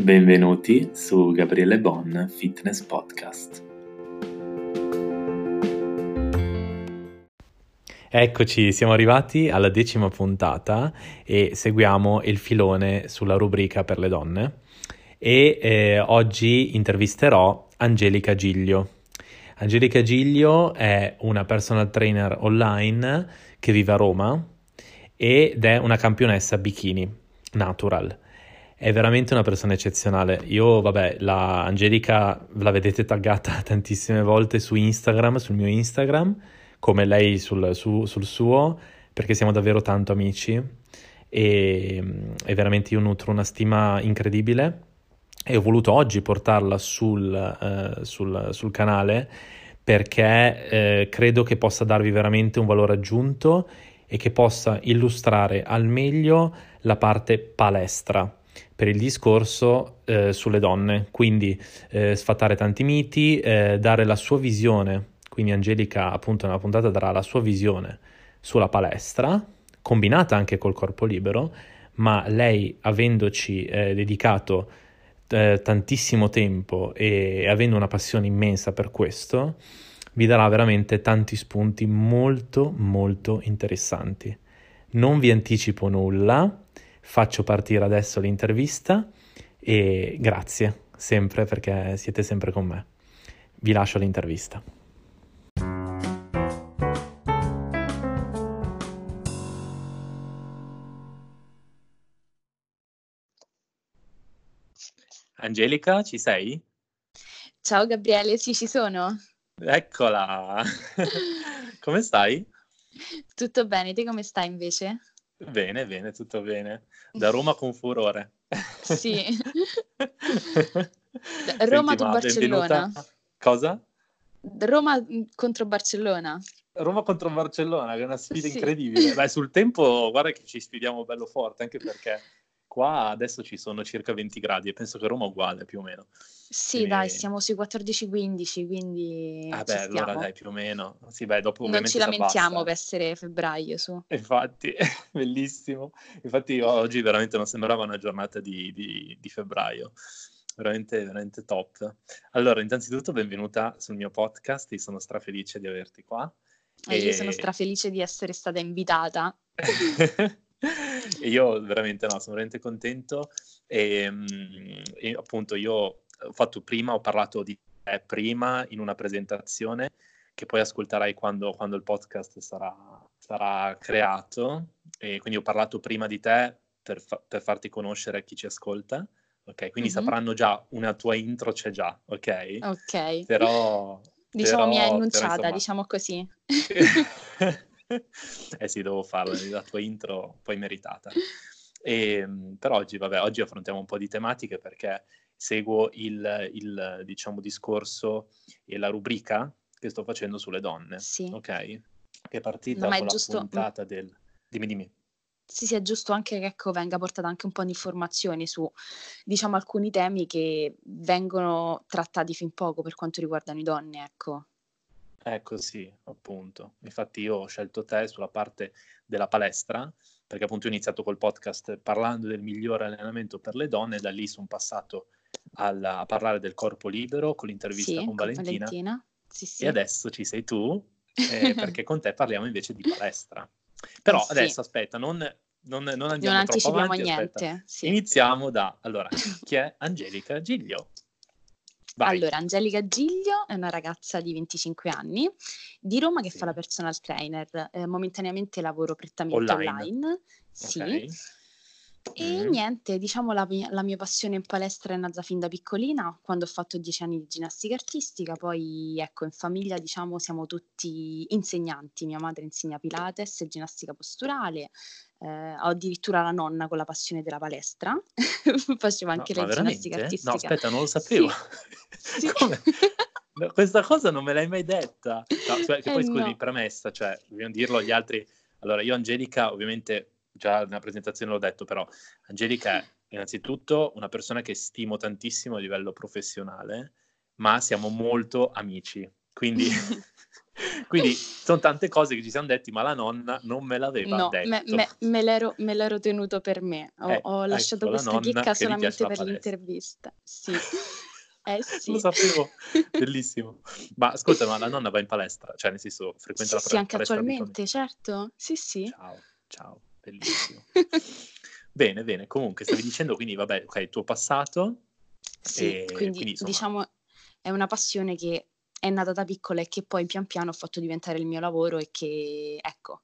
Benvenuti su Gabriele Bon Fitness Podcast. Eccoci, siamo arrivati alla 10ª puntata e seguiamo il filone sulla rubrica per le donne e oggi intervisterò Angelica Giglio. Angelica Giglio è una personal trainer online che vive a Roma ed è una campionessa bikini natural. È veramente una persona eccezionale. Io, la Angelica la vedete taggata tantissime volte su Instagram, sul mio Instagram, come lei sul suo, perché siamo davvero tanto amici e veramente io nutro una stima incredibile e ho voluto oggi portarla sul canale perché credo che possa darvi veramente un valore aggiunto e che possa illustrare al meglio la parte palestra per il discorso sulle donne, quindi sfatare tanti miti, dare la sua visione. Quindi Angelica appunto nella puntata darà la sua visione sulla palestra, combinata anche col corpo libero, ma lei avendoci dedicato tantissimo tempo e avendo una passione immensa per questo, vi darà veramente tanti spunti molto molto interessanti. Non vi anticipo nulla, faccio partire adesso l'intervista e grazie sempre perché siete sempre con me. Vi lascio l'intervista. Angelica, ci sei? Ciao Gabriele, sì, ci sono. Eccola! Come stai? Tutto bene, te come stai invece? Bene, bene, tutto bene. Da Roma con furore. Sì. Senti, Roma tu ma benvenuta. Barcellona. Cosa? Roma contro Barcellona. Roma contro Barcellona, che è una sfida Sì. incredibile. Beh, sul tempo, guarda che ci sfidiamo bello forte, anche perché qua adesso ci sono circa 20 gradi e penso che Roma è uguale più o meno. Sì, dai, Quindi, siamo sui 14-15, quindi ci allora stiamo. dai, più o meno. Sì, beh, dopo Non ci ovviamente si lamentiamo abbassa. per essere febbraio, su. Infatti, bellissimo. Infatti oggi veramente non sembrava una giornata di febbraio. Veramente, veramente top. Allora, innanzitutto benvenuta sul mio podcast, io sono strafelice di averti qua. E io sono E... strafelice di essere stata invitata. e io veramente no, sono veramente contento e appunto io ho parlato di te prima in una presentazione che poi ascolterai quando il podcast sarà creato, e quindi ho parlato prima di te per farti conoscere a chi ci ascolta, ok? Quindi sapranno già, una tua intro c'è già, ok? Ok. Però Diciamo mi ha annunciata, insomma... diciamo così. Eh sì, devo farla, la tua intro poi meritata. Per oggi, oggi affrontiamo un po' di tematiche perché seguo il diciamo, discorso e la rubrica che sto facendo sulle donne, Sì. ok? Che è No, partita ma è con la giusto. puntata del... Dimmi. Sì, è giusto anche che ecco, venga portata anche un po' di informazioni su, diciamo, alcuni temi che vengono trattati fin poco per quanto riguardano i donne, ecco. Ecco sì, appunto. Infatti io ho scelto te sulla parte della palestra, perché appunto ho iniziato col podcast parlando del migliore allenamento per le donne, e da lì sono passato a parlare del corpo libero con l'intervista Sì, con con Valentina, Valentina. Sì, e sì. adesso ci sei tu, perché con te parliamo invece di palestra. Eh Però sì, adesso aspetta, non non andiamo troppo anticipiamo avanti, aspetta. niente, sì. Iniziamo allora, chi è Angelica Giglio? Vai. Allora, Angelica Giglio è una ragazza di 25 anni di Roma che fa la Sì. personal trainer. Momentaneamente lavoro prettamente Online. online, sì. Ok. E niente, diciamo la mia passione in palestra è nata fin da piccolina, quando ho fatto 10 anni di ginnastica artistica, poi ecco in famiglia diciamo siamo tutti insegnanti, mia madre insegna Pilates e ginnastica posturale, ho addirittura la nonna con la passione della palestra, faceva No, anche ma lei ginnastica veramente? No, artistica. aspetta, non lo sapevo. Sì, sì. Come? No, questa cosa non me l'hai mai detta. No, che poi scusami, No. premessa, cioè, dobbiamo dirlo agli altri. Allora, io Angelica, ovviamente, già nella presentazione l'ho detto, però Angelica è innanzitutto una persona che stimo tantissimo a livello professionale, ma siamo molto amici. Quindi Quindi sono tante cose che ci siamo detti, ma la nonna non me l'aveva No, detto. me l'ero tenuto per me. Ho lasciato Ecco, la questa nonna chicca che gli piace solamente la per palestra. l'intervista. Sì, eh Non lo sì. sapevo, bellissimo. Ma ascolta, ma la nonna va in palestra? Cioè, nel senso, frequenta Sì, la sì, anche palestra abitualmente? attualmente, certo. Sì, sì. Ciao, ciao, bellissimo. Bene, bene. Comunque, stavi dicendo, quindi, vabbè, ok, il tuo passato, Sì, e quindi quindi, insomma, diciamo è una passione che è nata da piccola e che poi pian piano ho fatto diventare il mio lavoro e che, ecco,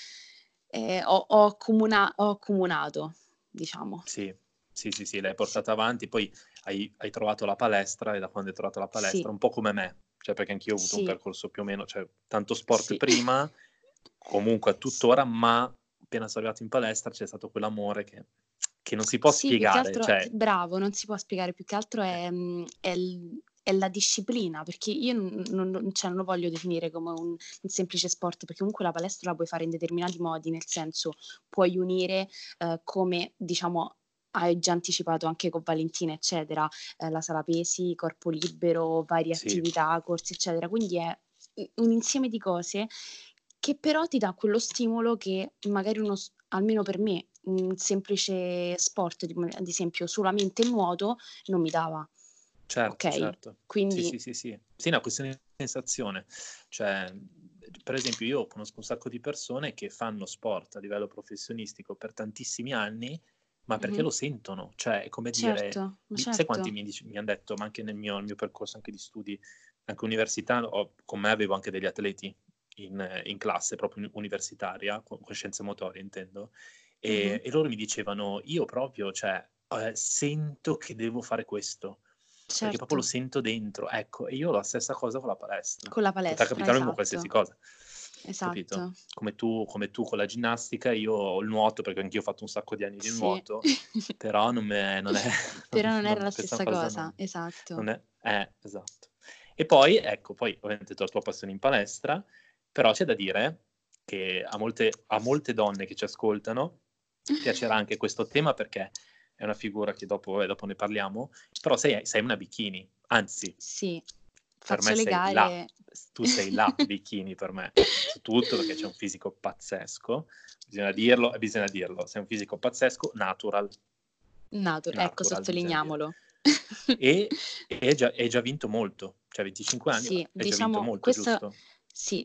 ho accomunato, diciamo. sì, sì, sì, sì, l'hai portata avanti, poi hai trovato la palestra, e da quando hai trovato la palestra, Sì, un po' come me, cioè perché anch'io ho avuto un sì, percorso più o meno, cioè tanto sport sì. prima, comunque S tuttora, ma appena sono arrivato in palestra c'è stato quell'amore che non si può Sì, più che spiegare, altro cioè, bravo, non si può spiegare, più che altro eh, è la disciplina, perché io cioè non lo voglio definire come un semplice sport, perché comunque la palestra la puoi fare in determinati modi, nel senso puoi unire, come diciamo hai già anticipato anche con Valentina eccetera, la sala pesi, corpo libero, varie sì, attività, corsi eccetera, quindi è un insieme di cose che però ti dà quello stimolo che magari almeno per me, un semplice sport, ad esempio solamente il nuoto, non mi dava, certo, okay? certo. Sì, Quindi sì, sì, sì. Sì, è una questione di sensazione. Cioè, per esempio, io conosco un sacco di persone che fanno sport a livello professionistico per tantissimi anni, ma perché mh-mh, lo sentono. Cioè, è come dire, certo, ma sai quanti certo. mi han detto, ma anche nel mio percorso anche di studi, anche università, con me avevo anche degli atleti in classe proprio universitaria, con scienze motorie intendo, Mh-mh, e loro mi dicevano: "Io proprio, cioè, sento che devo fare questo, perché proprio lo certo. sento dentro." Ecco, e io ho la stessa cosa con la palestra. Con la Potrà palestra, capitare con qualsiasi esatto, cosa, capito? esatto. Come tu con la ginnastica, io ho il nuoto, perché anch'io ho fatto un sacco di anni di Sì. nuoto, però non è Però non era non la questa stessa cosa cosa, esatto. non è esatto. E poi, ecco, poi ovviamente la tua passione in palestra, però c'è da dire che a molte donne che ci ascoltano piacerà anche questo tema, perché è una figura che dopo vabbè, dopo ne parliamo, però sei una bikini, anzi Sì, per me faccio le sei la gare. tu sei la bikini per me, su tutto, perché c'hai un fisico pazzesco, bisogna dirlo, sei un fisico pazzesco, Ecco, natural bisogna dire. sottolineiamolo. E hai già vinto molto, cioè 25 anni, Sì, hai già vinto diciamo molto, questo giusto? sì,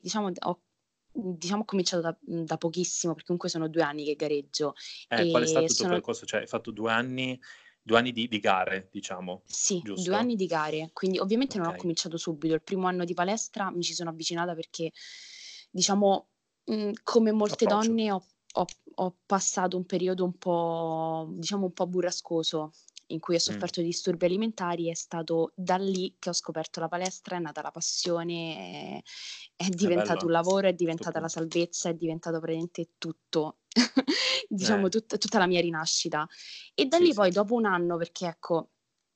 ho cominciato da pochissimo, perché comunque sono 2 anni che gareggio Qual è e stato il tuo sono percorso? Cioè hai fatto 2 anni di gare, diciamo, sì, 2 anni giusto? di gare, quindi ovviamente non ho Okay. cominciato subito. Il primo anno di palestra mi ci sono avvicinata perché, diciamo, come molte Approccio. donne ho passato un periodo un po', diciamo, un po' burrascoso, in cui ho Mh. sofferto di disturbi alimentari. È stato da lì che ho scoperto la palestra, è nata la passione, è È bello, diventato a un lavoro, è questo diventata la punto. salvezza, è diventato praticamente tutto, diciamo Eh, tutta la mia rinascita. E da sì, lì sì. poi dopo un anno, perché ecco,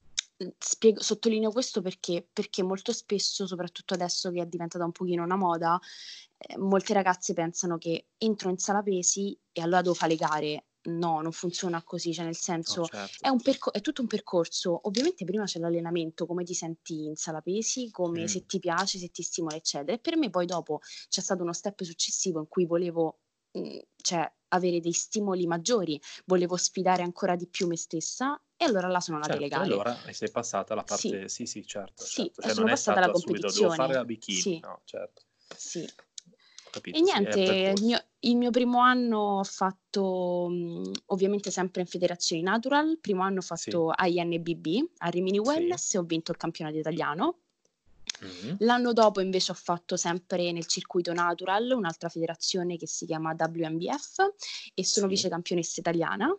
sottolineo questo perché molto spesso, soprattutto adesso che è diventata un pochino una moda, molte ragazze pensano che entro in sala pesi e allora devo fa' le gare. No, non funziona così, cioè nel No, senso certo. è tutto un percorso. Ovviamente prima c'è l'allenamento, come ti senti in sala pesi, come Mh. se ti piace, se ti stimola, eccetera. E per me poi dopo c'è stato uno step successivo in cui volevo, cioè avere dei stimoli maggiori, volevo sfidare ancora di più me stessa e allora là sono nate le Certo, e gare. allora sei passata alla Sì, parte sì, sì, certo, sì, certo. e Cioè sono non è passata alla stata subito: "Devo fare la competizione. bikini." Sì, No, certo. sì. Ho E capito, sì, è niente, un il percorso. mio il mio primo anno ho fatto, ovviamente sempre in federazioni natural, il primo anno ho Sì, fatto INBB, a Rimini sì. Wellness e ho vinto il campionato italiano. Mh-mh. L'anno dopo invece ho fatto sempre nel circuito natural, un'altra federazione che si chiama WNBF e sono Sì. vice campionessa italiana.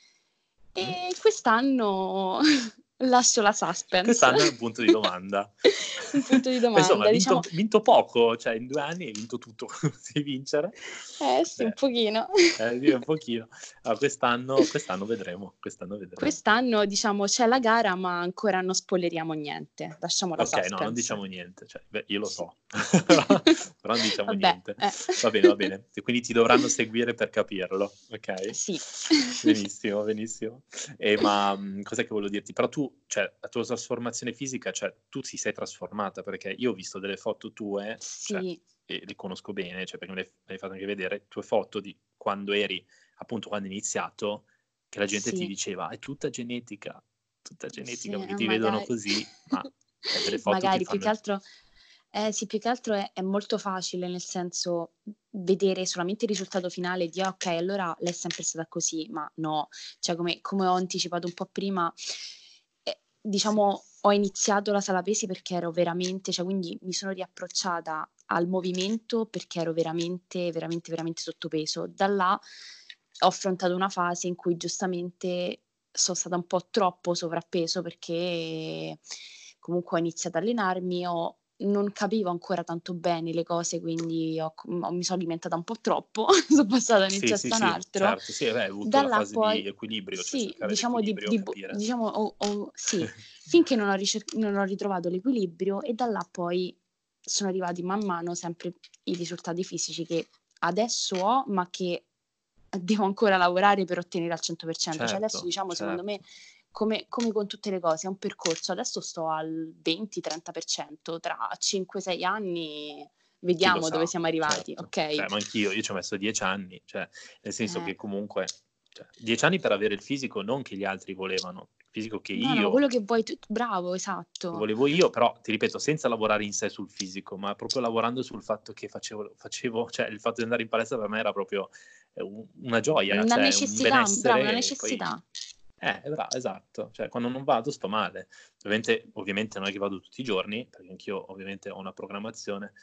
Mh. E quest'anno lascio la suspense. Quest'anno è un punto di domanda. Un punto di Ma insomma, domanda, hai diciamo vinto poco, cioè in 2 anni hai vinto tutto, devi vincere. eh sì, un Beh, pochino. sì, un pochino. Allora quest'anno vedremo, quest'anno vedremo. Quest'anno diciamo c'è la gara, ma ancora non spoileriamo niente, lasciamo la Okay, no, non suspense. diciamo niente, cioè beh, io lo Sì. so, però non diciamo Vabbè, niente. Va bene, va bene. E quindi ti dovranno seguire per capirlo, okay? sì. Benissimo, benissimo. Ma, cos'è che volevo dirti? Però tu, cioè, la tua trasformazione fisica, cioè, tu ti sei trasformata, perché io ho visto delle foto tue, cioè, Sì, e le conosco bene, cioè perché me le hai fatto anche vedere, tue foto di quando eri, appunto quando hai iniziato, che la gente ti Sì, diceva, è tutta genetica, sì, perché ti vedono magari. così, ma cioè, delle foto che Magari più che fanno... altro, sì, più che altro è molto facile, nel senso, vedere solamente il risultato finale di ok, allora lei è sempre stata così, ma no, cioè come ho anticipato un po' prima, Sì, diciamo, ho iniziato la sala pesi perché ero veramente, cioè quindi mi sono riapprocciata al movimento perché ero veramente, veramente, veramente sottopeso. Da là ho affrontato una fase in cui giustamente sono stata un po' troppo sovrappeso perché comunque ho iniziato ad allenarmi, non capivo ancora tanto bene le cose, quindi mi sono alimentata un po' troppo, sono passata nel sì, cesso a un altro. certo, sì, hai avuto Da la là fase di poi, equilibrio, cioè sì, cercare diciamo, l'equilibrio, capire. diciamo sì, finché non ho ritrovato l'equilibrio e da là poi sono arrivati man mano sempre i risultati fisici che adesso ho, ma che devo ancora lavorare per ottenere al 100%. Cioè adesso, Certo, diciamo, secondo me, certo. come con tutte le cose, è un percorso. Adesso sto al 20-30%, tra 5-6 anni Chi lo vediamo dove sa, siamo arrivati, certo. ok? Cioè, ma anch'io ci ho messo 10 anni, cioè, nel senso Eh, che comunque, cioè, 10 anni per avere il fisico non che gli altri volevano, il fisico che no, no, ma io quello che vuoi tu, bravo, esatto. volevo io, però ti ripeto, senza lavorare in sé sul fisico, ma proprio lavorando sul fatto che facevo, cioè il fatto di andare in palestra per me era proprio una gioia, Una cioè un necessità, bravo, una benessere e poi... necessità. bravo, esatto, cioè quando non vado sto male. Ovviamente non è che vado tutti i giorni, perché anch'io ovviamente ho una programmazione,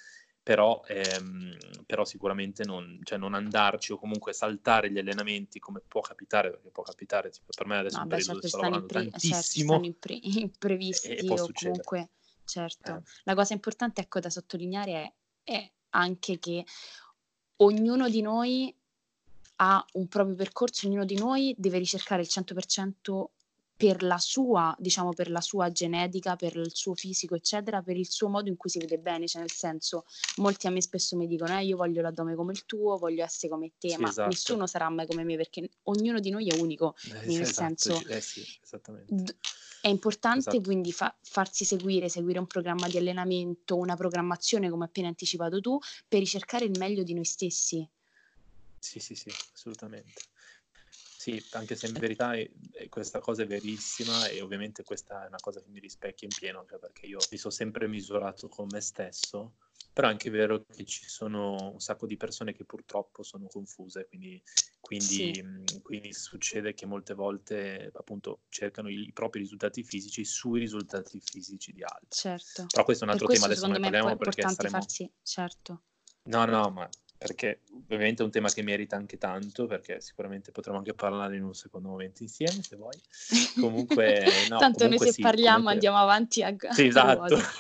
però sicuramente cioè non andarci o comunque saltare gli allenamenti come può capitare, perché può capitare, tipo, per me adesso è No, un beh, periodo dove certo, sto lavorando certo, ci stanno tantissimo e imprevisti può o succedere. comunque, certo. Eh, La cosa importante, ecco, da sottolineare è anche che ognuno di noi ha un proprio percorso, ognuno di noi deve ricercare il 100% per la sua, diciamo, per la sua genetica, per il suo fisico, eccetera, per il suo modo in cui si vede bene, cioè nel senso, molti a me spesso mi dicono, io voglio l'addome come il tuo, voglio essere come te, sì, ma esatto. nessuno sarà mai come me perché ognuno di noi è unico, quindi Sì, nel esatto, senso sì, esattamente. d- è importante Esatto. quindi farsi seguire un programma di allenamento, una programmazione come appena anticipato tu, per ricercare il meglio di noi stessi. Sì, assolutamente. Sì, anche se in verità questa cosa è verissima e ovviamente questa è una cosa che mi rispecchia in pieno, cioè perché io mi sono sempre misurato con me stesso, però è anche vero che ci sono un sacco di persone che purtroppo sono confuse, Sì, quindi succede che molte volte appunto cercano i propri risultati fisici sui risultati fisici di altri. certo. Però questo è un Per altro tema, questo adesso non secondo ne me è parliamo perché importante saremo... farsi, certo. No, ma perché ovviamente è un tema che merita anche tanto, perché sicuramente potremo anche parlare in un secondo momento insieme, se vuoi. Comunque, no, Tanto noi comunque se sì, parliamo comunque... andiamo avanti a Sì, gambe esatto. vuote.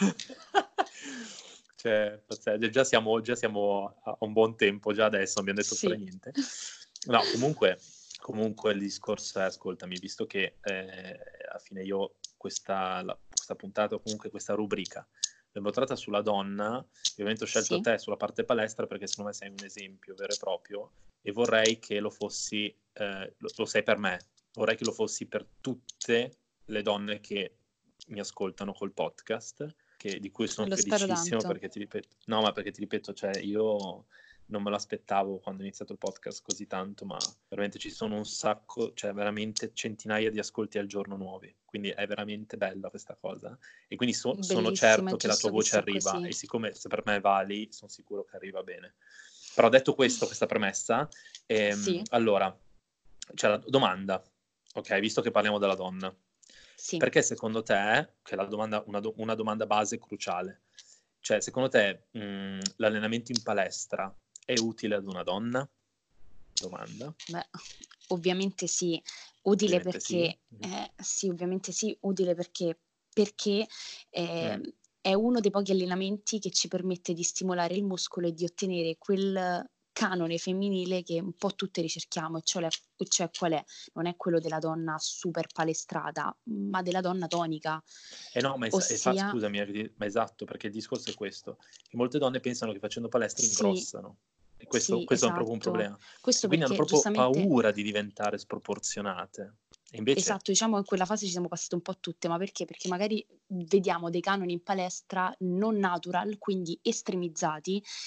Cioè, pazzesco, già siamo a un buon tempo, già adesso, non abbiamo detto ancora Sì. niente. No, comunque il discorso è, ascoltami, visto che alla fine io questa puntata, o comunque questa rubrica, l'ho tratta sulla donna, ovviamente ho scelto Sì. te sulla parte palestra perché secondo me sei un esempio vero e proprio e vorrei che lo fossi, lo sei per me, vorrei che lo fossi per tutte le donne che mi ascoltano col podcast, di cui sono Lo spero felicissimo tanto. perché ti ripeto, no, ma perché ti ripeto, cioè io non me l'aspettavo quando ho iniziato il podcast così tanto, ma veramente ci sono un sacco, cioè veramente centinaia di ascolti al giorno nuovi, quindi è veramente bella questa cosa e quindi sono Bellissimo, è certo che la tua giusto che voce sia arriva così. e siccome se per me vali, sono sicuro che arriva bene. Però detto questo, questa premessa, Sì, allora, c'è la domanda, ok, visto che parliamo della donna, sì. perché secondo te, che è una domanda base cruciale, cioè secondo te l'allenamento in palestra è utile ad una donna? Domanda. Beh, ovviamente sì, utile Ovviamente sì. perché sì, ovviamente sì, utile perché Mm. è uno dei pochi allenamenti che ci permette di stimolare il muscolo e di ottenere quel canone femminile che un po' tutte ricerchiamo, cioè qual è? Non è quello della donna super palestrata, ma della donna tonica, No, ma ossia scusami, ma esatto, perché il discorso è questo, che molte donne pensano che facendo palestra sì, ingrossano, e questo sì, è proprio un esatto. problema, e Questo quindi hanno perché proprio giustamente paura di diventare sproporzionate, e invece, esatto, diciamo in quella fase ci siamo passate un po' tutte, ma perché? Perché magari vediamo dei canoni in palestra non natural, quindi estremizzati,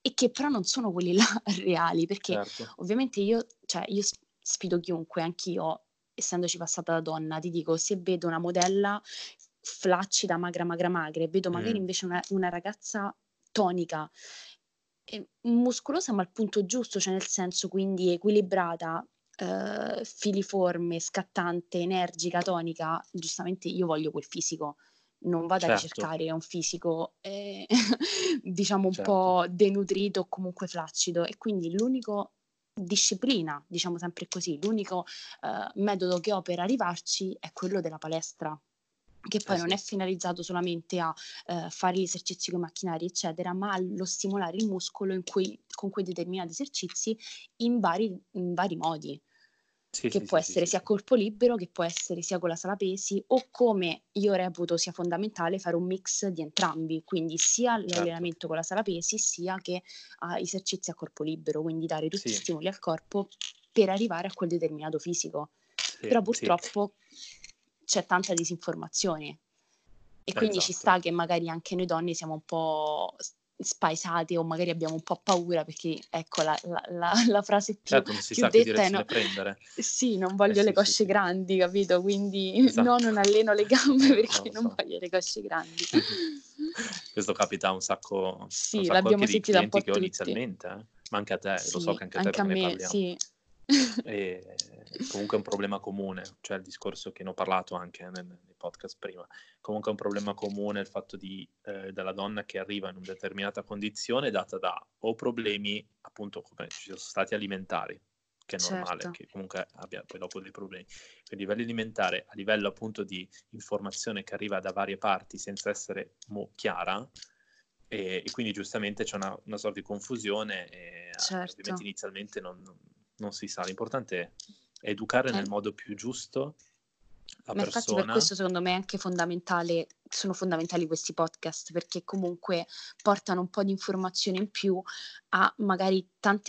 e che però non sono quelli là reali, perché certo, ovviamente io sfido chiunque, anch'io, essendoci passata da donna, ti dico, se vedo una modella flaccida, magra, e vedo magari Mm, invece una ragazza tonica, muscolosa ma al punto giusto, cioè nel senso quindi equilibrata, filiforme, scattante, energica, tonica, giustamente io voglio quel fisico. Non vado a certo, ricercare un fisico, diciamo un certo, po' denutrito o comunque flaccido, e quindi l'unico disciplina, diciamo sempre così, l'unico metodo che ho per arrivarci è quello della palestra, che poi non sì, è finalizzato solamente a fare gli esercizi con i macchinari, eccetera, ma allo stimolare il muscolo con quei determinati esercizi in vari modi, sì, che sì, può sì, sì, essere sì, sia a sì, corpo libero, che può essere sia con la sala pesi, o come io reputo sia fondamentale fare un mix di entrambi, quindi sia certo, l'allenamento con la sala pesi, sia che esercizi a corpo libero, quindi dare tutti sì, stimoli al corpo per arrivare a quel determinato fisico. sì, Però sì, purtroppo c'è tanta disinformazione e quindi ci esatto. sta che magari anche noi donne siamo un po' spaesate o magari abbiamo un po' paura, perché ecco la frase Certo, non si più sa che detta è no, direzione prendere. sì, non voglio le Sì, sì, cosce sì, grandi, capito? Quindi no, esatto. non alleno le gambe Non perché lo non so. voglio le cosce grandi. Questo capita a un Sì, sacco l'abbiamo anche di sentita un clienti po' che ho tutti. inizialmente, ma anche a te, lo so Sì, che anche a te anche a perché ne me, parliamo. sì. E comunque è un problema comune, cioè il discorso che ne ho parlato anche nei podcast prima. Comunque è un problema comune il fatto della donna che arriva in una determinata condizione data da o problemi, appunto, come ci sono stati alimentari, che è normale, Certo. che comunque abbia poi dopo dei problemi. Quindi a livello alimentare, a livello appunto di informazione che arriva da varie parti senza essere chiara, e quindi giustamente c'è una sorta di confusione e ovviamente Certo. inizialmente non si sa. L'importante è educare Eh, nel modo più giusto la Ma infatti per persona. questo secondo me è anche sono fondamentali questi podcast, perché comunque portano un po' di informazione in più a magari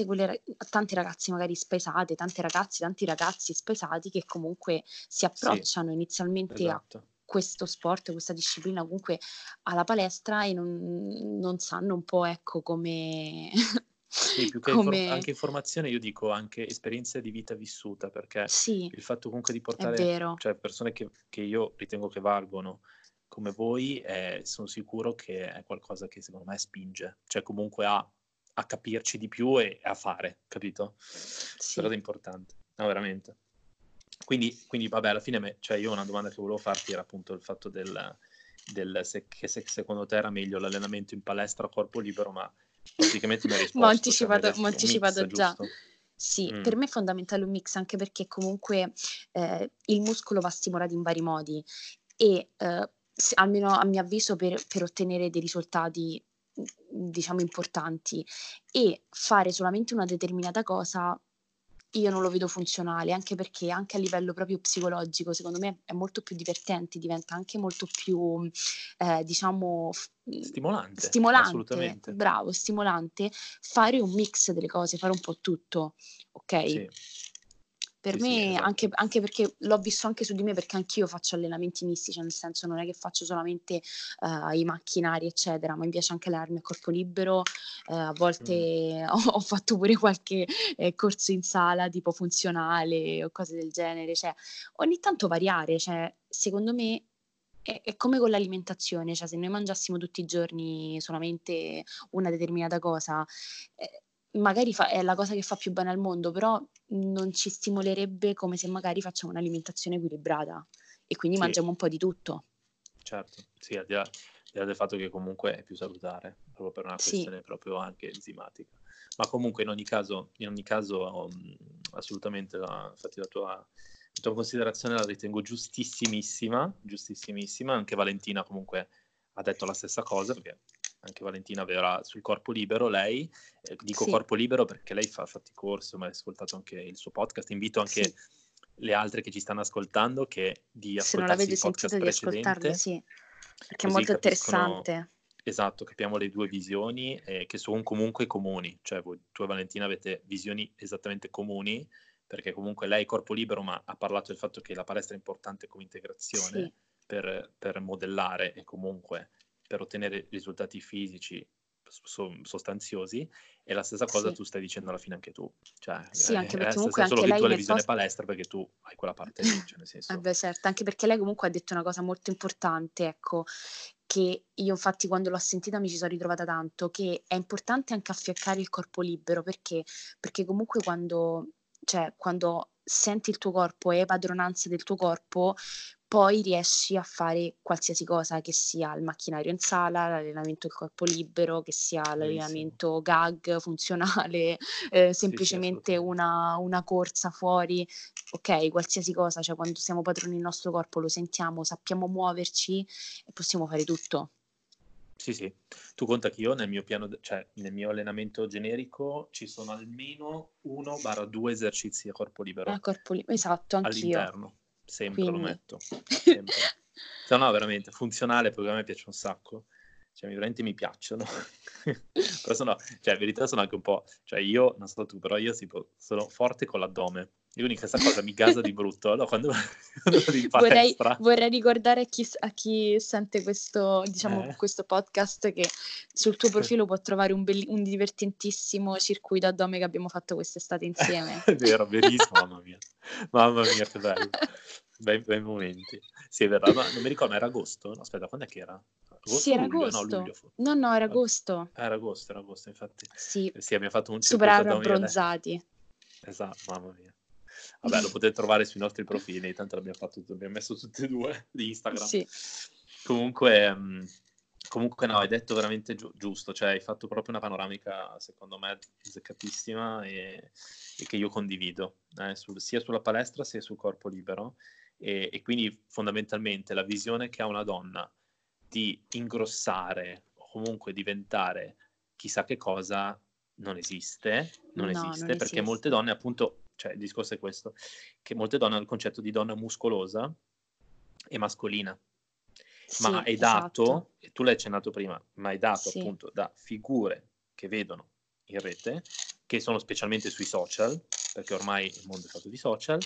a tante ragazze magari spesate, tante ragazze, tanti ragazzi spesati che comunque si Sì, approcciano inizialmente a esatto. questo sport, questa disciplina, comunque alla palestra, e non sanno un po', ecco, come, Sì, più che come... anche informazione, io dico anche esperienza di vita vissuta, perché Sì, il fatto comunque di è portare, vero, cioè persone che io ritengo che valgono come voi, sono sicuro che è qualcosa che secondo me spinge, cioè comunque a capirci di più e a fare, capito? Questa sì. cosa è importante, no, veramente. Quindi vabbè, alla fine, cioè io una domanda che volevo farti era appunto il fatto se secondo te era meglio l'allenamento in palestra a corpo libero, ma praticamente mi hai risposto, cioè mi hai M'ho detto un mix, anticipato già. giusto? Sì, Mm, per me è fondamentale un mix, anche perché comunque il muscolo va stimolato in vari modi e almeno a mio avviso per ottenere dei risultati diciamo importanti, e fare solamente una determinata cosa io non lo vedo funzionale, anche perché anche a livello proprio psicologico secondo me è molto più divertente, diventa anche molto più diciamo stimolante, stimolante, assolutamente. bravo, stimolante, fare un mix delle cose, fare un po' tutto, ok? Sì, Per sì, sì, me, esatto. anche perché l'ho visto anche su di me, perché anch'io faccio allenamenti misti, cioè nel senso non è che faccio solamente i macchinari, eccetera, ma mi piace anche allenarmi a corpo libero. A Mm, volte ho fatto pure qualche corso in sala, tipo funzionale o cose del genere. Cioè, ogni tanto variare, cioè, secondo me è come con l'alimentazione, cioè se noi mangiassimo tutti i giorni solamente una determinata cosa, magari è la cosa che fa più bene al mondo, però non ci stimolerebbe come se magari facciamo un'alimentazione equilibrata e quindi sì, mangiamo un po' di tutto. certo. Sì, al di là del fatto che comunque è più salutare, proprio per una Sì, questione proprio anche enzimatica. Ma comunque in ogni caso assolutamente, infatti la tua considerazione la ritengo giustissimissima, giustissimissima. Anche Valentina comunque ha detto la stessa cosa, perché anche Valentina aveva sul corpo libero lei, dico sì, corpo libero perché lei fa fatti corsi, ma hai ascoltato anche il suo podcast, invito anche sì. le altre che ci stanno ascoltando di Se non ascoltarsi l'avete il podcast sentito di ascoltarlo, precedente, sì, perché è così molto capiscono, interessante. esatto, capiamo le due visioni che sono comunque comuni, cioè tu e Valentina avete visioni esattamente comuni, perché comunque lei è corpo libero, ma ha parlato del fatto che la palestra è importante come Sì, integrazione per modellare e comunque per ottenere risultati fisici sostanziosi, e la stessa cosa Sì. tu stai dicendo alla fine anche tu. Cioè, Sì, anche perché nel comunque senso, anche che tu lei hai la nel visione post palestra perché tu hai quella parte lì, cioè nel senso... beh certo, anche perché lei comunque ha detto una cosa molto importante, ecco, che io infatti quando l'ho sentita mi ci sono ritrovata tanto, che è importante anche affiancare il corpo libero, perché comunque quando senti il tuo corpo e hai padronanza del tuo corpo, poi riesci a fare qualsiasi cosa, che sia il macchinario in sala, l'allenamento del corpo libero, che sia Bravissimo. l'allenamento gag funzionale, Sì, semplicemente assolutamente. una corsa fuori, ok, qualsiasi cosa, cioè quando siamo padroni del nostro corpo lo sentiamo, sappiamo muoverci e possiamo fare tutto. Sì. Tu conta che io nel mio piano, cioè nel mio allenamento generico ci sono almeno 1-2 esercizi a corpo libero Esatto, anch'io. all'interno. Sempre lo Quindi metto, sempre. Se no, veramente funzionale, perché a me piace un sacco. Cioè, veramente mi piacciono. Però cioè, in verità sono anche un po'... Cioè, io, non so tu, però io sono forte con l'addome. L'unica questa cosa mi gasa di brutto, no? Quando vado in palestra. Vorrei ricordare a chi sente questo podcast che sul tuo profilo può trovare un divertentissimo circuito addome che abbiamo fatto quest'estate insieme. È vero, verissimo, mamma mia, che bello. Bei momenti. Sì, è vero, ma non mi ricordo, ma era agosto? No, aspetta, quando è che era? Sì, Agosto o era luglio? No, agosto. luglio. No, era Vabbè. agosto. Era agosto, infatti. Sì, Sì, abbiamo fatto un super circuito addominale. abbronzati. Esatto, mamma mia. Vabbè, lo potete trovare sui nostri profili, tanto l'abbiamo messo tutti e due di Instagram. Sì. Comunque no, hai detto veramente giusto, cioè hai fatto proprio una panoramica, secondo me, azzeccatissima e che io condivido, sia sulla palestra sia sul corpo libero, e quindi fondamentalmente la visione che ha una donna di ingrossare o comunque diventare chissà che cosa non esiste, No, non perché esiste. molte donne, appunto, cioè il discorso è questo, che molte donne hanno il concetto di donna muscolosa e mascolina, Sì, ma è esatto. dato, e tu l'hai accennato prima, ma è dato Sì. appunto da figure che vedono in rete, che sono specialmente sui social, perché ormai il mondo è fatto di social,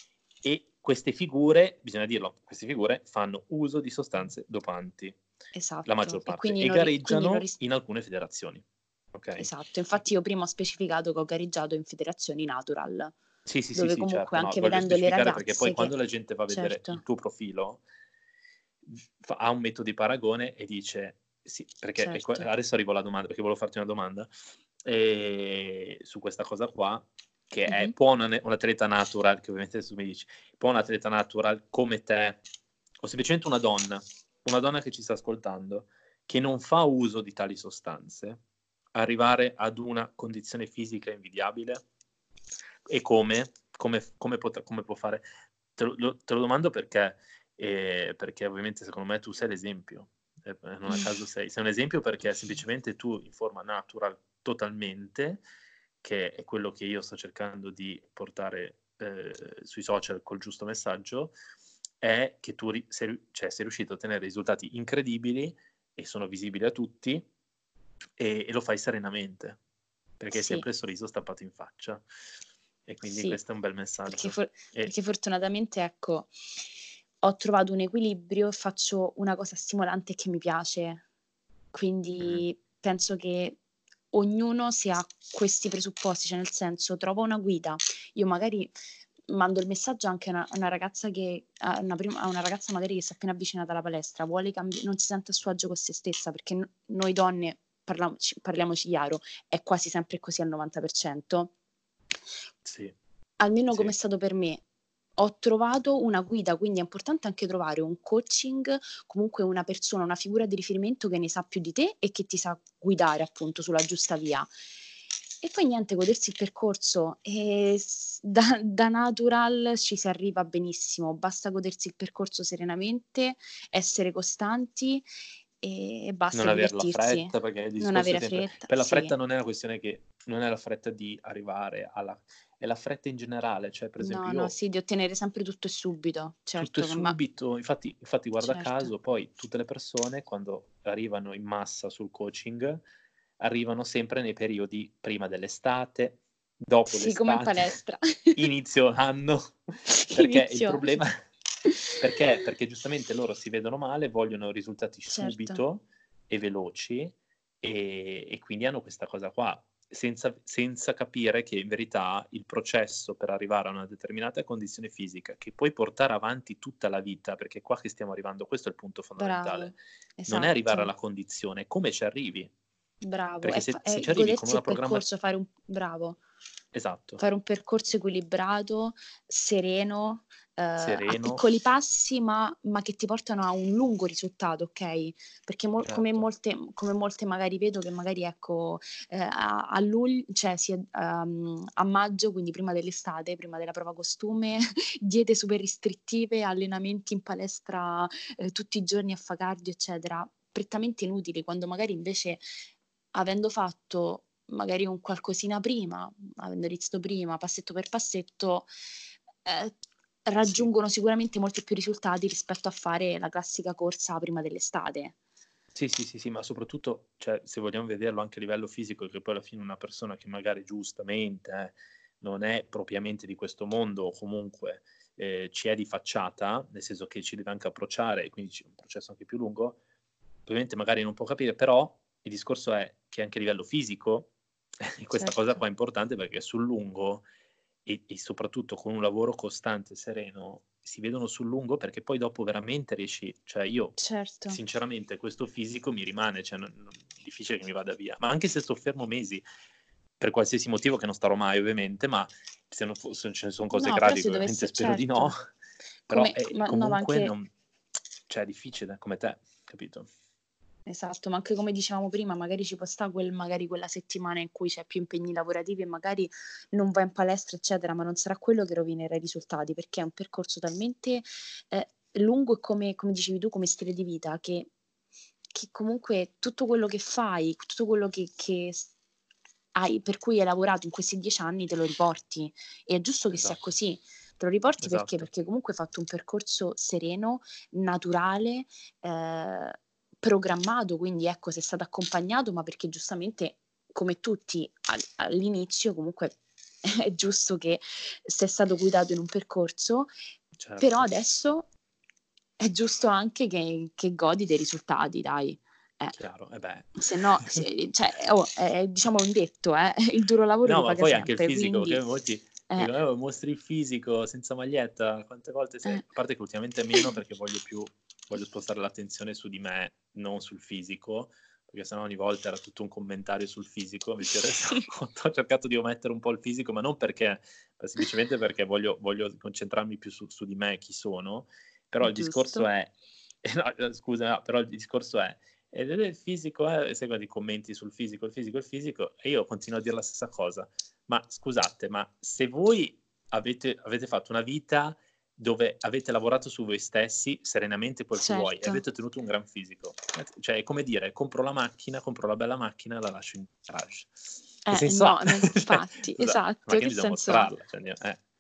e queste figure, bisogna dirlo, queste figure fanno uso di sostanze dopanti, Esatto. la maggior E parte, quindi e non ri- gareggiano in alcune federazioni. Okay? Esatto, infatti io prima ho specificato che ho gareggiato in federazioni natural, Sì, dove comunque certo, no, anche voglio vedendo le specificare perché poi ragazze quando la gente va a vedere il certo, tuo profilo, ha un metodo di paragone e dice, sì, perché certo, adesso arrivo alla domanda, perché volevo farti una domanda su questa cosa qua, che è, Mhm. può un atleta natural, che ovviamente tu mi dici, può un atleta natural come te, o semplicemente una donna che ci sta ascoltando, che non fa uso di tali sostanze, arrivare ad una condizione fisica invidiabile? E come può fare? Te lo domando perché ovviamente secondo me tu sei l'esempio. Non a caso sei un esempio, perché semplicemente tu in forma natural totalmente, che è quello che io sto cercando di portare sui social col giusto messaggio, è che tu sei riuscito a ottenere risultati incredibili e sono visibili a tutti, e lo fai serenamente, perché hai Sì, sempre il sorriso stappato in faccia, e quindi sì, questo è un bel messaggio. perché fortunatamente ecco, ho trovato un equilibrio e faccio una cosa stimolante che mi piace, quindi penso che ognuno se ha questi presupposti, cioè nel senso trova una guida, io magari mando il messaggio anche a una ragazza a una ragazza magari che si è appena avvicinata alla palestra, vuole non si sente a suo agio con se stessa, perché noi donne, parliamoci chiaro, è quasi sempre così al 90%. Sì. Almeno Sì. come è stato per me. Ho trovato una guida, quindi è importante anche trovare un coaching, comunque una persona, una figura di riferimento che ne sa più di te e che ti sa guidare appunto sulla giusta via. E poi niente, godersi il percorso, e da natural ci si arriva benissimo, basta godersi il percorso serenamente, essere costanti e basta, Non averla divertirsi, fretta, perché il non discorso è avere sempre... fretta, Per la sì. fretta non è una questione che... Non è la fretta di arrivare alla... È la fretta in generale, cioè per esempio No, io... sì, di ottenere sempre tutto e subito, Tutto e certo, subito, infatti guarda certo. caso, poi tutte le persone quando arrivano in massa sul coaching arrivano sempre nei periodi prima dell'estate, dopo Sì, come in l'estate, palestra. inizio anno, perché il Inizio. problema perché giustamente loro si vedono male, vogliono risultati Certo. subito e veloci, e quindi hanno questa cosa qua, senza capire che in verità il processo per arrivare a una determinata condizione fisica, che puoi portare avanti tutta la vita, perché qua che stiamo arrivando, questo è il punto fondamentale, Bravo, non è arrivare alla esatto, condizione, è come ci arrivi, bravo. perché se È ci arrivi con godersi una il percorso, Bravo, esatto, fare un percorso equilibrato, sereno, a sereno, piccoli passi, ma che ti portano a un lungo risultato, ok? Perché certo, come molte magari vedo che magari ecco a luglio, cioè a maggio, quindi prima dell'estate, prima della prova costume, diete super restrittive, allenamenti in palestra tutti i giorni a fa cardio, eccetera, prettamente inutili, quando magari invece avendo fatto magari un qualcosina prima, avendo iniziato prima, passetto per passetto, sì. raggiungono sicuramente molti più risultati rispetto a fare la classica corsa prima dell'estate. Sì, ma soprattutto, cioè, se vogliamo vederlo anche a livello fisico, che poi alla fine una persona che magari giustamente non è propriamente di questo mondo o comunque ci è di facciata, nel senso che ci deve anche approcciare e quindi c'è un processo anche più lungo, ovviamente magari non può capire, però il discorso è che anche a livello fisico questa cosa qua è importante perché sul lungo e soprattutto con un lavoro costante e sereno si vedono sul lungo, perché poi dopo veramente riesci, cioè io Certo. sinceramente questo fisico mi rimane, cioè difficile che mi vada via, ma anche se sto fermo mesi per qualsiasi motivo che non starò mai ovviamente, ma se ce ne sono cose No, però gravi se che ovviamente dovesse, spero di no, certo, però ma comunque anche, non, cioè è difficile come te, capito? esatto, ma anche come dicevamo prima, magari ci può stare magari quella settimana in cui c'è più impegni lavorativi e magari non va in palestra, eccetera, ma non sarà quello che rovinerà i risultati, perché è un percorso talmente lungo e come dicevi tu, come stile di vita, che comunque tutto quello che fai, tutto quello che hai, per cui hai lavorato in questi 10 anni, te lo riporti. E è giusto che sia Esatto, così. Te lo riporti perché? esatto, Perché comunque hai fatto un percorso sereno, naturale, programmato, quindi ecco, sei stato accompagnato, ma perché giustamente, come tutti all'inizio, comunque è giusto che sei stato guidato in un percorso, però certo, adesso è giusto anche che godi dei risultati, dai. chiaro, e beh. Se no, cioè, è diciamo un detto, il duro lavoro No, lo ma paga poi anche il sempre, fisico, quindi che molti eh, dicono, mostri il fisico senza maglietta, quante volte sei... eh. A parte che ultimamente meno perché voglio spostare l'attenzione su di me, non sul fisico, perché sennò ogni volta era tutto un commentario sul fisico, invece adesso ho cercato di omettere un po' il fisico, ma non perché, semplicemente perché voglio concentrarmi più su di me, chi sono, però il discorso Giusto. è... no, scusa, no, però il discorso è ed è il fisico, seguono i commenti sul fisico, il fisico, e io continuo a dire la stessa cosa. Ma scusate, ma se voi avete fatto una vita dove avete lavorato su voi stessi serenamente quel che vuoi e Certo. avete ottenuto un gran fisico, cioè è come dire, compro la bella macchina e la lascio in garage. Che senso No, ha? infatti, Scusa, la esatto, macchina che bisogna senso ha? mostrarla. Cioè,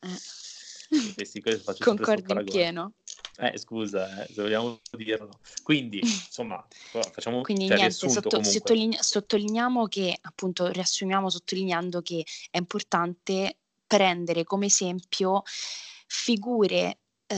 Eh. questo faccio sempre questo Concordo in paragone. pieno. Scusa, se vogliamo dirlo. Quindi, insomma, facciamo, Quindi cioè, niente, riassunto comunque. sottolineiamo che, appunto, riassumiamo sottolineando che è importante prendere come esempio figure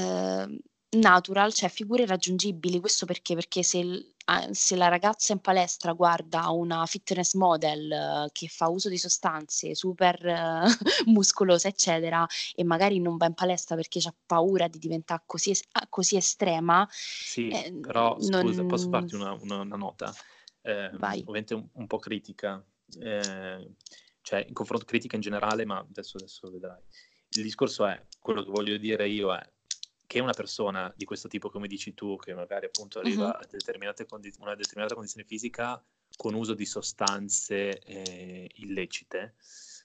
natural, cioè figure raggiungibili. Questo perché? Perché se la ragazza in palestra guarda una fitness model che fa uso di sostanze super muscolosa, eccetera, e magari non va in palestra perché ha paura di diventare così estrema, Sì, però scusa, posso non... farti una nota? Vai. Ovviamente un po' critica, cioè in confronto critica in generale, ma adesso vedrai. Il discorso è, quello che voglio dire io è che una persona di questo tipo, come dici tu, che magari appunto arriva a una determinata condizione fisica con uso di sostanze illecite,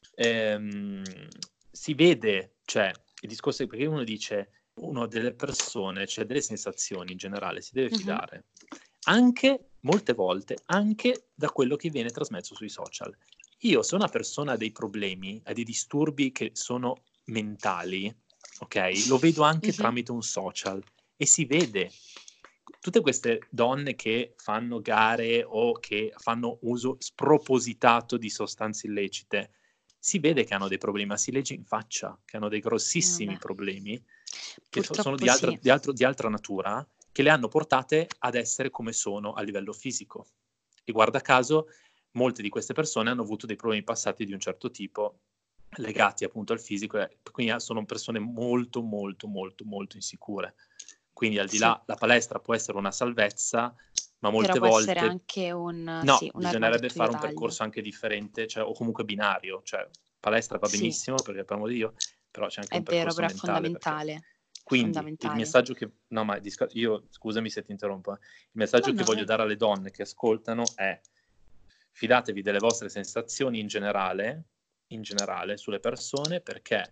si vede, cioè il discorso è perché uno dice uno delle persone, cioè delle sensazioni in generale, si deve fidare anche, molte volte, anche da quello che viene trasmesso sui social. Io sono una persona ha dei problemi, ha dei disturbi che sono mentali, ok? Lo vedo anche tramite un social e si vede. Tutte queste donne che fanno gare o che fanno uso spropositato di sostanze illecite, si vede che hanno dei problemi, ma si legge in faccia che hanno dei grossissimi Vabbè. problemi che sono Purtroppo sì. di altra natura, che le hanno portate ad essere come sono a livello fisico. E guarda caso, molte di queste persone hanno avuto dei problemi passati di un certo tipo legati appunto al fisico, quindi sono persone molto molto molto molto insicure. Quindi al di là, la palestra può essere una salvezza, ma molte Però può volte essere anche no, sì, bisognerebbe fare un taglio. percorso anche differente, cioè, o comunque binario, cioè palestra va Sì. benissimo, perché per amor di Dio, però c'è anche È un vero, percorso però è mentale. fondamentale. Quindi fondamentale. il messaggio che... No, ma io, scusami se ti interrompo, il messaggio che voglio dare alle donne che ascoltano è: fidatevi delle vostre sensazioni in generale sulle persone, perché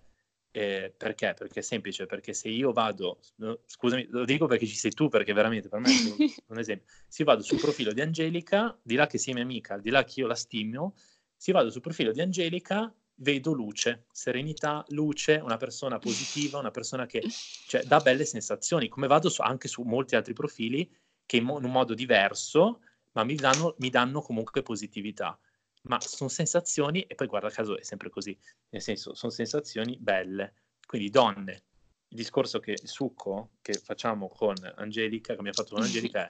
è semplice, perché se io vado, scusami, lo dico perché ci sei tu, perché veramente per me è un esempio, se io vado sul profilo di Angelica, di là che sia mia amica, di là che io la stimo, se vado sul profilo di Angelica vedo luce, serenità, luce, una persona positiva, una persona che dà belle sensazioni, come vado anche su molti altri profili che in un modo diverso, ma mi danno comunque positività. Ma sono sensazioni, e poi guarda caso è sempre così, nel senso, sono sensazioni belle. Quindi donne, il discorso il succo che facciamo con Angelica, che abbiamo fatto con Angelica, è: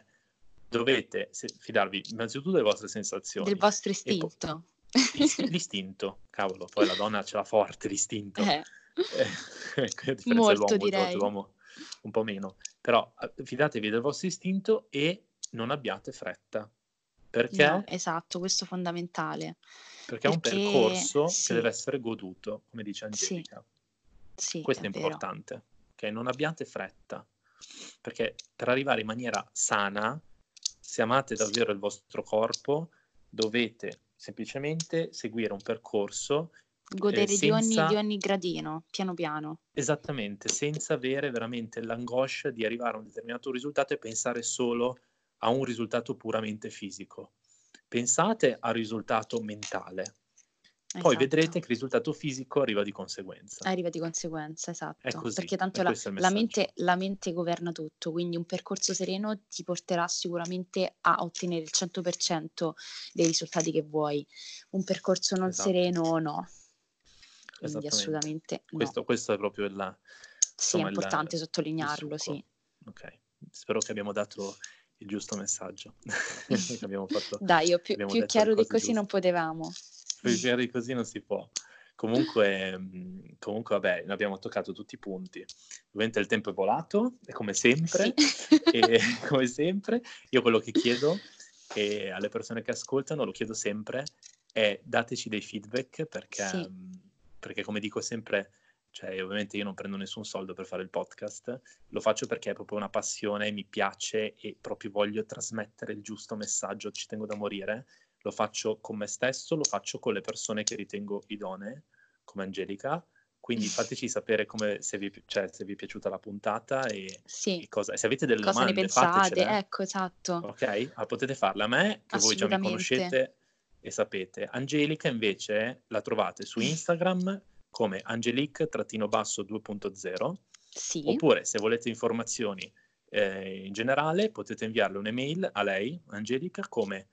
dovete fidarvi innanzitutto delle vostre sensazioni. Del vostro istinto. L'istinto, cavolo, poi la donna ce l'ha forte l'istinto. A differenza Molto, dell'uomo, direi. l'uomo un po' meno. Però fidatevi del vostro istinto e non abbiate fretta. Perché? No, esatto, questo è fondamentale. Perché è un percorso che deve essere goduto, come dice Angelica. Sì, questo è importante, che non abbiate fretta, perché per arrivare in maniera sana, se amate davvero il vostro corpo, dovete semplicemente seguire un percorso, godere di ogni gradino, piano piano. Esattamente, senza avere veramente l'angoscia di arrivare a un determinato risultato e pensare solo a un risultato puramente fisico. Pensate al risultato mentale. Poi vedrete che il risultato fisico arriva di conseguenza. Esatto. È così, perché tanto la mente governa tutto, quindi un percorso sereno ti porterà sicuramente a ottenere il 100% dei risultati che vuoi. Un percorso non sereno, no. Quindi assolutamente no. Questo è proprio sì, è importante sottolinearlo, sì. Ok, spero che abbiamo dato il giusto messaggio. Abbiamo fatto, Dai, più chiaro di così non potevamo. Più chiaro di così non si può. Comunque, vabbè, ne abbiamo toccato tutti i punti. Ovviamente il tempo è volato, come sempre. Sì. E come sempre, io quello che chiedo, e alle persone che ascoltano, lo chiedo sempre, è: dateci dei feedback, perché come dico sempre, ovviamente io non prendo nessun soldo per fare il podcast, lo faccio perché è proprio una passione, mi piace e proprio voglio trasmettere il giusto messaggio, ci tengo da morire. Lo faccio con me stesso, lo faccio con le persone che ritengo idonee, come Angelica. Quindi fateci sapere se vi è piaciuta la puntata e se avete delle domande, ne pensate, fatecele. Ecco, esatto. Ok? Ma potete farle a me, che voi già mi conoscete e sapete. Angelica invece la trovate su Instagram come Angelique_2.0. Sì. Oppure, se volete informazioni in generale, potete inviarle un'email a lei, Angelica, come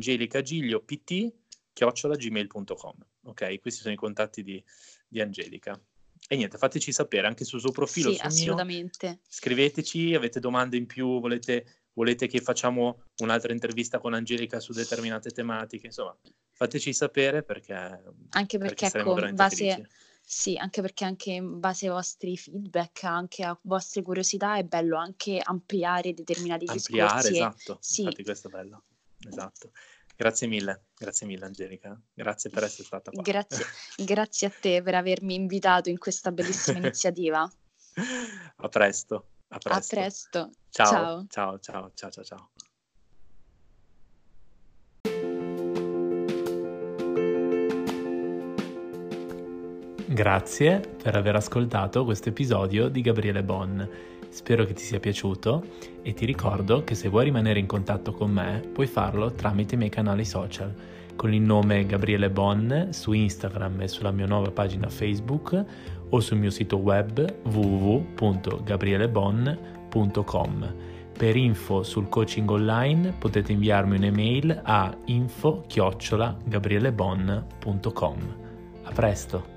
angelicagigliopt@gmail.com. Ok, questi sono i contatti di Angelica. E niente, fateci sapere anche sul suo profilo, sul assolutamente. mio. Scriveteci, avete domande in più, volete che facciamo un'altra intervista con Angelica su determinate tematiche, insomma, fateci sapere perché saremo veramente felici. Sì, anche perché anche in base ai vostri feedback, anche a vostre curiosità, è bello anche ampliare determinati discorsi. Esatto, sì. Infatti questo è bello, esatto. Grazie mille Angelica, grazie per essere stata qua. Grazie a te per avermi invitato in questa bellissima iniziativa. A presto. Ciao. Grazie per aver ascoltato questo episodio di Gabriele Bon. Spero che ti sia piaciuto e ti ricordo che se vuoi rimanere in contatto con me puoi farlo tramite i miei canali social con il nome Gabriele Bon su Instagram e sulla mia nuova pagina Facebook o sul mio sito web www.gabrielebon.com. Per info sul coaching online potete inviarmi un'email a info@gabrielebon.com. A presto!